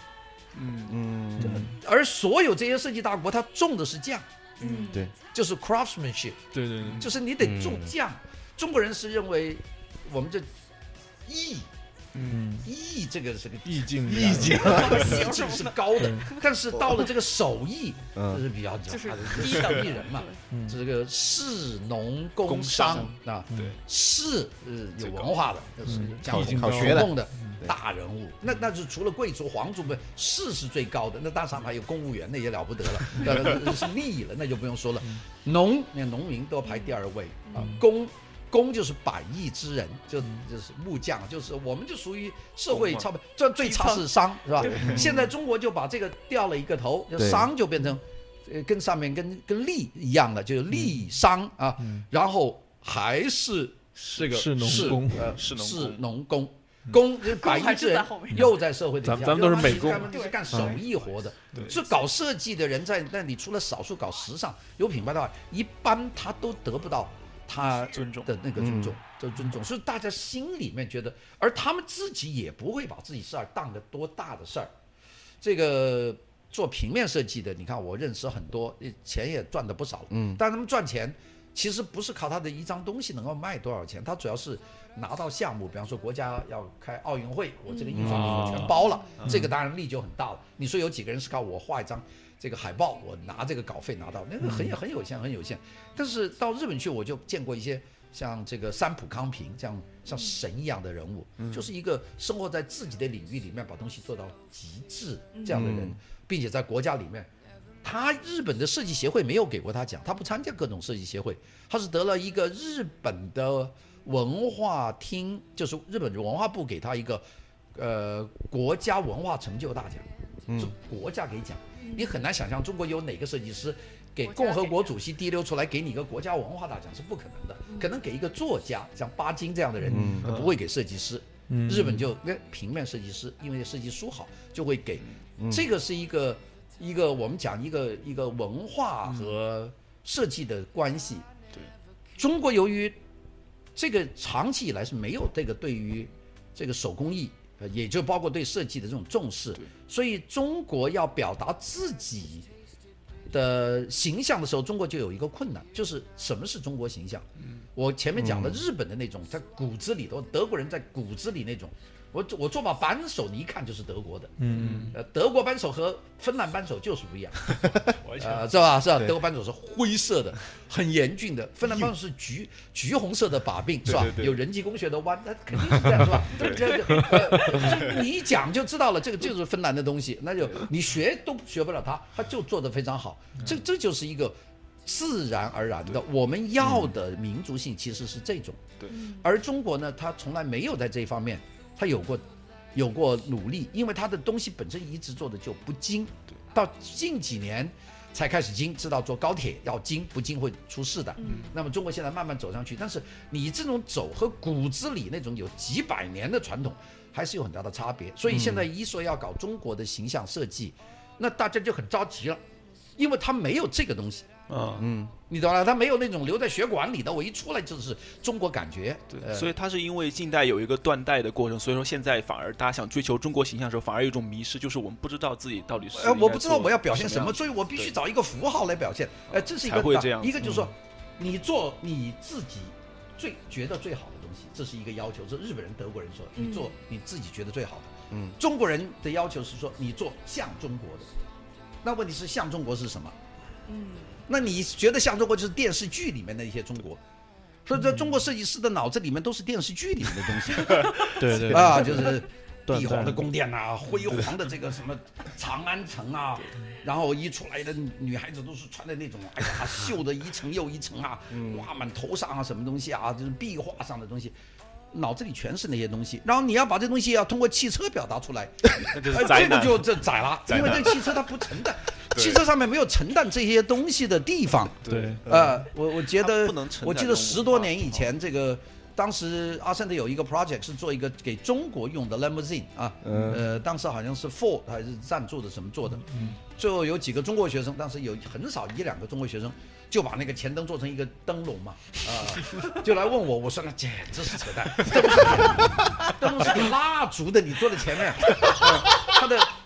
而所有这些设计大国，它重的是匠， 对， 就是 craftsmanship， 对， 就是你得重匠。中国人是认为我们这艺这个是个意境意境是高的，但是到了这个手艺，这是比较就是一等一人嘛。这个士农工商啊， 对， 士有文化的，就是讲考学的手工的大人物。那就除了贵族、皇族们，士是最高的。那当然还有公务员，那也了不得了，那是吏了，那就不用说了。农民都排第2位啊，工就是百亿之人，就是木匠，就是我们就属于社会差不多，这最差是商，是吧？现在中国就把这个掉了一个头，商就变成，跟上面跟吏一样的，就是吏商啊，然后还是这个士农工， 士农工。工就是百亿之人，又在社会底下， 咱们都是美工， 他们就是干手艺活的。所以搞设计的人在那里，除了少数搞时尚有品牌的话，一般他都得不到他的那个尊重，所以大家心里面觉得，而他们自己也不会把自己事儿当得多大的事儿。这个做平面设计的，你看我认识很多，钱也赚得不少了，但他们赚钱其实不是靠他的一张东西能够卖多少钱，他主要是拿到项目，比方说国家要开奥运会，我这个印刷品我全包了，这个当然力就很大了。你说有几个人是靠我画一张这个海报，我拿这个稿费拿到，那个很有限。但是到日本去，我就见过一些像这个三浦康平这样像神一样的人物，就是一个生活在自己的领域里面，把东西做到极致这样的人，并且在国家里面。他日本的设计协会没有给过他奖，他不参加各种设计协会，他是得了一个日本的文化厅，就是日本文化部给他一个国家文化成就大奖，是国家给奖。你很难想象中国有哪个设计师给共和国主席提溜出来给你一个国家文化大奖是不可能的，可能给一个作家，像巴金这样的人，不会给设计师。日本就平面设计师，因为设计书好就会给，这个是一个我们讲一个文化和设计的关系。 对， 中国由于这个长期以来是没有这个对于这个手工艺，也就包括对设计的这种重视，所以中国要表达自己的形象的时候，中国就有一个困难，就是什么是中国形象？我前面讲的日本的那种，在骨子里头，德国人在骨子里那种。我做把扳手，你一看就是德国的。德国扳手和芬兰扳手就是不一样，是吧？德国扳手是灰色的，很严峻的；芬兰扳手是橘红色的把柄，是吧？有人机工学的弯，那肯定是这样，是吧？你一讲就知道了，这个就是芬兰的东西，那就你学都学不了他就做得非常好。这就是一个自然而然的，我们要的民族性其实是这种。而中国呢，它从来没有在这一方面。他有过努力，因为他的东西本身一直做的就不精，到近几年才开始精，知道做高铁要精，不精会出事的。那么中国现在慢慢走上去，但是你这种走和骨子里那种有几百年的传统还是有很大的差别。所以现在一说要搞中国的形象设计，那大家就很着急了，因为他没有这个东西。你懂了？他没有那种留在血管里的，我一出来就是中国感觉。 对，所以他是因为近代有一个断代的过程，所以说现在反而大家想追求中国形象的时候，反而有一种迷失，就是我们不知道自己到底是我不知道我要表现什么，所以我必须找一个符号来表现。这是一个一个就是说，你做你自己觉得最好的东西，这是一个要求。这日本人、德国人说，你做你自己觉得最好的。中国人的要求是说，你做像中国的。那问题是像中国是什么？那你觉得像中国就是电视剧里面的一些中国，所以在中国设计师的脑子里面都是电视剧里面的东西。 对就是帝皇的宫殿啊，辉煌的这个什么长安城啊，然后一出来的女孩子都是穿的那种，哎呀，绣的一层又一层啊，挂满头上啊，什么东西啊，就是壁画上的东西。脑子里全是那些东西，然后你要把这东西要通过汽车表达出来，这个就窄了，因为这汽车它不承担，汽车上面没有承担这些东西的地方。 对， 我觉得，我记得10多年以前，这个当时阿森特有一个 project 是做一个给中国用的 limousine 啊，当时好像是 Ford 还是赞助的什么做的，最后有几个中国学生，当时有很少1-2个中国学生。就把那个前灯做成一个灯笼嘛，就来问我，我说那简直是扯淡，灯笼是给蜡烛的，你坐在前面，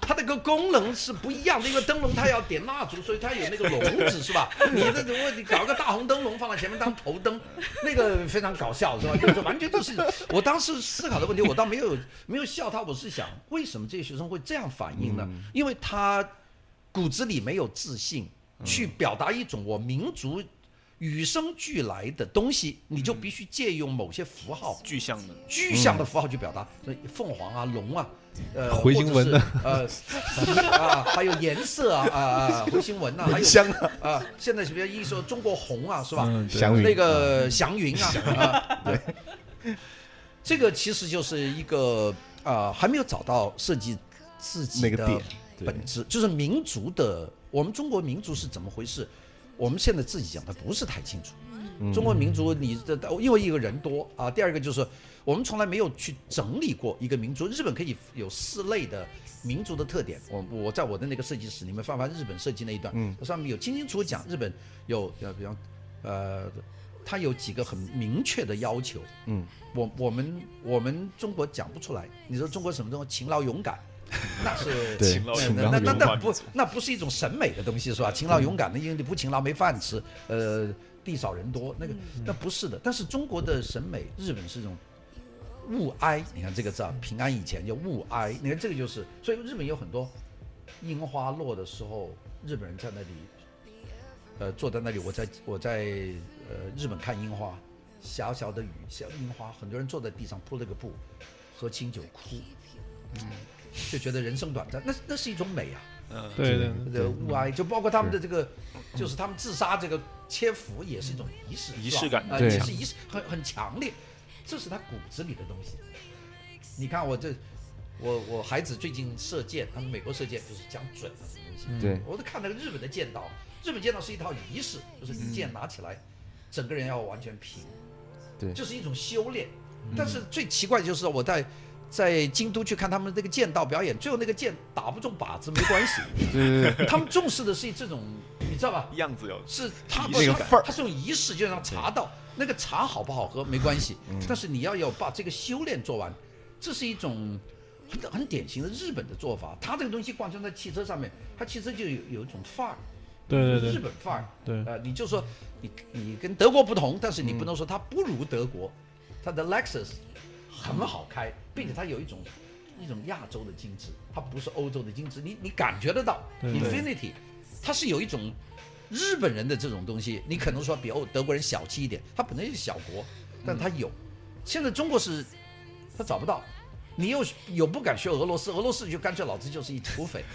它那个功能是不一样的，因为灯笼它要点蜡烛，所以它有那个笼子是吧？你搞个大红灯笼放在前面当头灯，那个非常搞笑是吧？就是完全就是我当时思考的问题，我倒没有笑他，我是想为什么这些学生会这样反应呢？因为他骨子里没有自信，去表达一种我民族与生俱来的东西，你就必须借用某些符号、 具象的符号去表达，凤凰啊、龙啊， 回形纹的还有颜色回形纹啊，还有香现在比如一说中国红啊，是吧？ 祥云那个祥云对，这个其实就是一个还没有找到设计自己的本质，就是民族的，我们中国民族是怎么回事？我们现在自己讲的不是太清楚。中国民族，因为一个人多啊，第二个就是我们从来没有去整理过一个民族。日本可以有4类的民族的特点，我在我的那个设计史里面翻日本设计那一段，上面有清清楚楚讲日本有比方它有几个很明确的要求。我们中国讲不出来。你说中国什么东西勤劳勇敢？那是那不是一种审美的东西是吧？勤劳勇敢的，因为你不勤劳没饭吃，地少人多，那不是的。但是中国的审美，日本是一种物哀，你看这个字平安以前叫物哀，你看这个就是，所以日本有很多樱花落的时候，日本人在那里，坐在那里，我在日本看樱花，小小的雨，小樱花，很多人坐在地上铺了个布，喝清酒哭。就觉得人生短暂，那是一种美啊。 对， 物哀就包括他们的这个，就是他们自杀这个切腹也是一种仪式感， 也是仪式很强烈，这是他骨子里的东西。你看我孩子最近射箭，他们美国射箭就是讲准的东西。 对， 我都看那个日本的剑道，日本剑道是一套仪式，就是你剑拿起来，整个人要完全平， 对， 这是一种修炼。但是最奇怪的就是我在京都去看他们这个剑道表演，最后那个剑打不中靶子没关系，他们重视的是这种，你知道吧？ 样子是他那个范儿， 他是用仪式，就像茶道，那个茶好不好喝没关系，但是你要把这个修炼做完，这是一种很典型的日本的做法。他这个东西贯穿在汽车上面，他汽车就有一种范儿， 对， 日本范儿。 对， 你就说你跟德国不同，但是你不能说它不如德国，它的 Lexus 很好开，并且它有一种亚洲的精致，它不是欧洲的精致，你感觉得到 Infinity， 它是有一种日本人的这种东西。你可能说比德国人小气一点，它本来是小国，但它有。现在中国是它找不到，你又不敢学俄罗斯就干脆老子就是一土匪。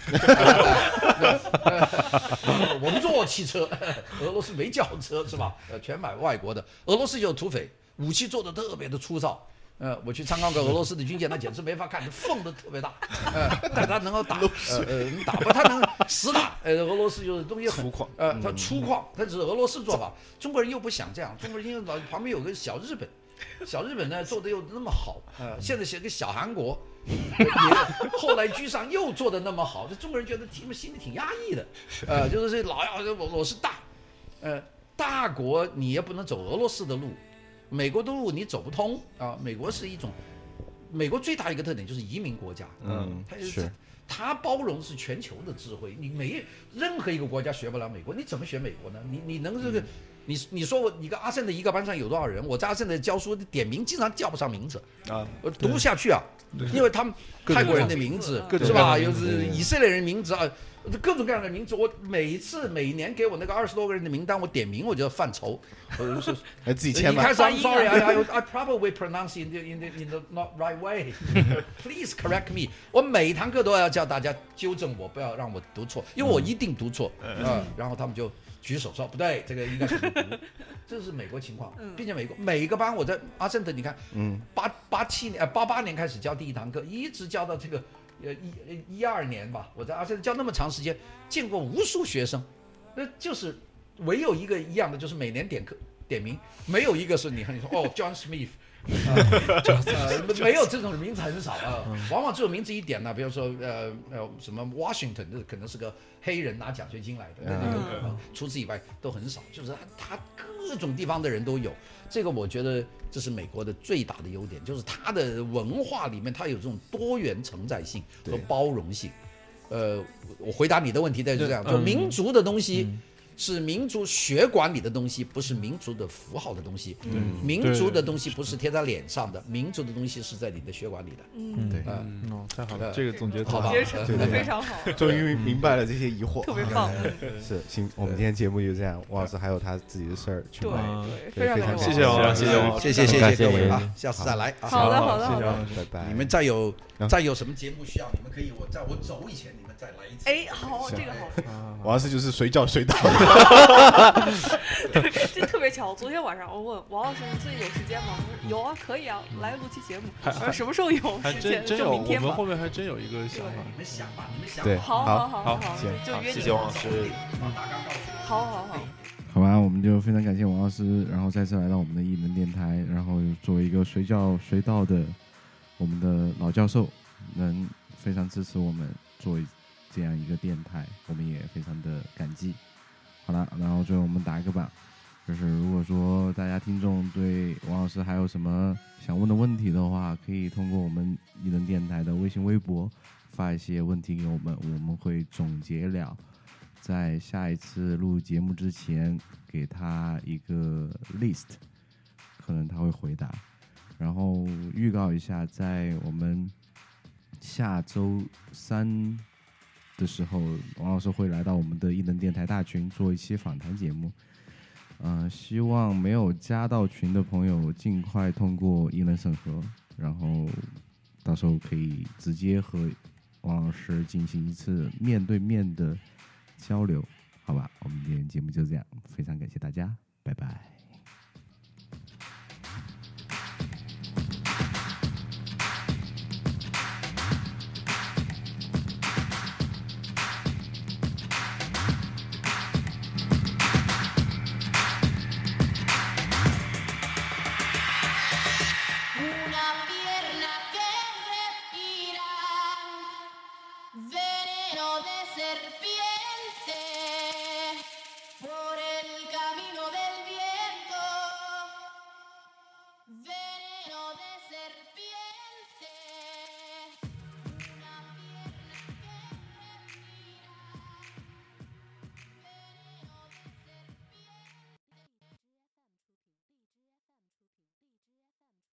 我们做汽车，俄罗斯没轿车是吧？全买外国的，俄罗斯就是土匪，武器做的特别的粗糙。我去参观过俄罗斯的军舰，那简直没法看，缝的特别大，但他能够打，打不，他能实打。俄罗斯就是东西很粗犷， 他粗犷，他只是俄罗斯做法。中国人又不想这样，中国人因为旁边有个小日本呢做的又那么好，现在写个小韩国，也后来居上又做的那么好，这中国人觉得心里挺压抑的，就是老要我是大国，你也不能走俄罗斯的路。美国的路你走不通啊！美国最大一个特点就是移民国家，它包容是全球的智慧，你没任何一个国家学不了美国，你怎么学美国呢？你能这个，你说我一个阿森的一个班上有多少人？我在阿森的教书点名经常叫不上名字啊，我读不下去啊，因为他们泰国人的名字是吧？有以色列人名字啊。各种各样的名字，我每年给我那个20多个人的名单，我点名我就犯愁， 还自己签嘛。 一开始 I'm sorry, I probably pronounce in the not right way. Please correct me. 我每一堂课都要叫大家纠正我，不要让我读错，因为我一定读错。然后他们就举手说不对，这个应该怎么读？这是美国情况，并且每个班我在阿森特，你看，88年开始教第一堂课，一直教到这个。12年吧，我在阿森特教那么长时间，见过无数学生，那就是唯有一个一样的，就是每年点名，没有一个是你说John Smith，没有这种名字很少啊，往往这种名字一点呢，比如说什么 Washington， 这可能是个黑人拿奖学金来的，除此以外都很少，就是他各种地方的人都有。这个我觉得这是美国的最大的优点，就是它的文化里面它有这种多元承载性和包容性， 我回答你的问题，就是这样，就民族的东西。是民族血管里的东西，不是民族的符号的东西。民族的东西不是贴在脸上的，民族的东西是在你的血管里的。 对， 太好了，这个总结好吧， 非常好， 终于明白了这些疑惑， 特别棒。 是，行，我们今天节目就这样。王老师还有他自己的事儿去忙， 非常感谢王老师， 谢谢各位啊，下次再来。 好的， 谢谢王老师， 拜拜。 你们再有什么节目需要，你们可以在我走以前，你们再来一次。 哎，好，这个好。 王老师就是随叫随到。 这特别巧，昨天晚上我问王老师你最近有时间吗？他说有啊，可以啊，来录期节目。我说什么时候有时间？ 真有， 明天吧。 我们后面还真有一个想法。 你们想吧， 对， 好， 行， 就约你。 谢谢王老师。 好。 好吧，我们就非常感谢王老师，然后再次来到我们的艺能电台，然后作为一个随叫随到的我们的老教授，能非常支持我们做这样一个电台，我们也非常的感激。好了，然后最后我们打一个榜，就是如果说大家听众对王老师还有什么想问的问题的话，可以通过我们艺能电台的微信微博发一些问题给我们，我们会总结了，在下一次录节目之前给他一个 list， 可能他会回答。然后预告一下，在我们下周3的时候，王老师会来到我们的艺能电台大群做一期访谈节目。希望没有加到群的朋友尽快通过艺能审核，然后到时候可以直接和王老师进行一次面对面的交流，好吧？我们今天节目就这样，非常感谢大家，拜拜。